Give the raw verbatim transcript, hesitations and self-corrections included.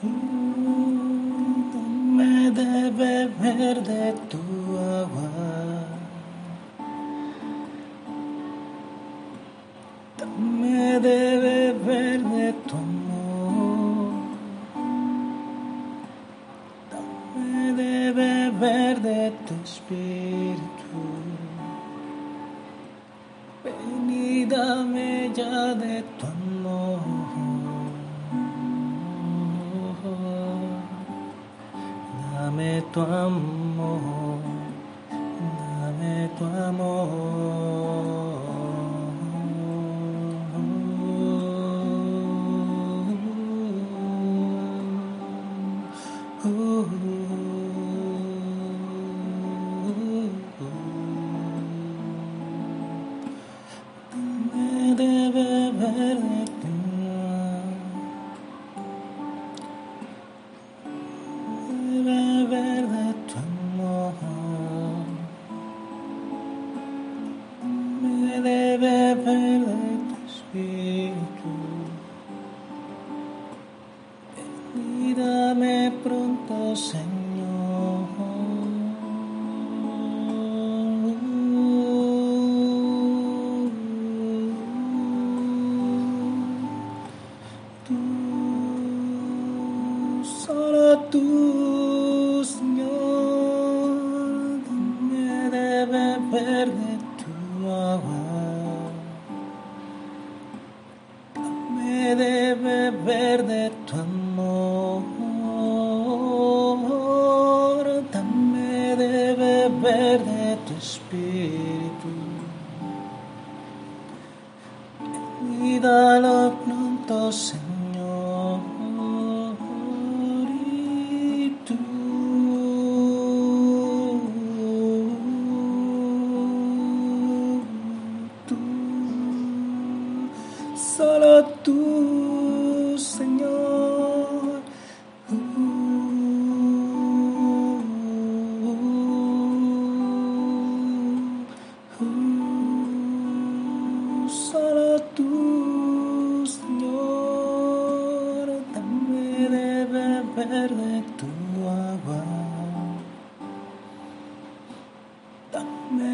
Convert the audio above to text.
Me de beber de tu agua, dame de beber de tu amor, dame de beber de tu espíritu. Ven y dame ya de tu amor. Dame tu amor, dame tu amor. Uh, uh, uh, Dame de beber de tu beber de tu amor, me de beber de tu espíritu. Ven y dame pronto, Señor. Tú, solo tú, Señor, dame de beber de tu agua, dame de beber de tu amor, dame de beber de tu espíritu. Y dalo pronto, Señor. Y tú, tú, solo tú, Señor. Uh, uh, uh, solo tú, Señor, dame de beber de tu agua, dame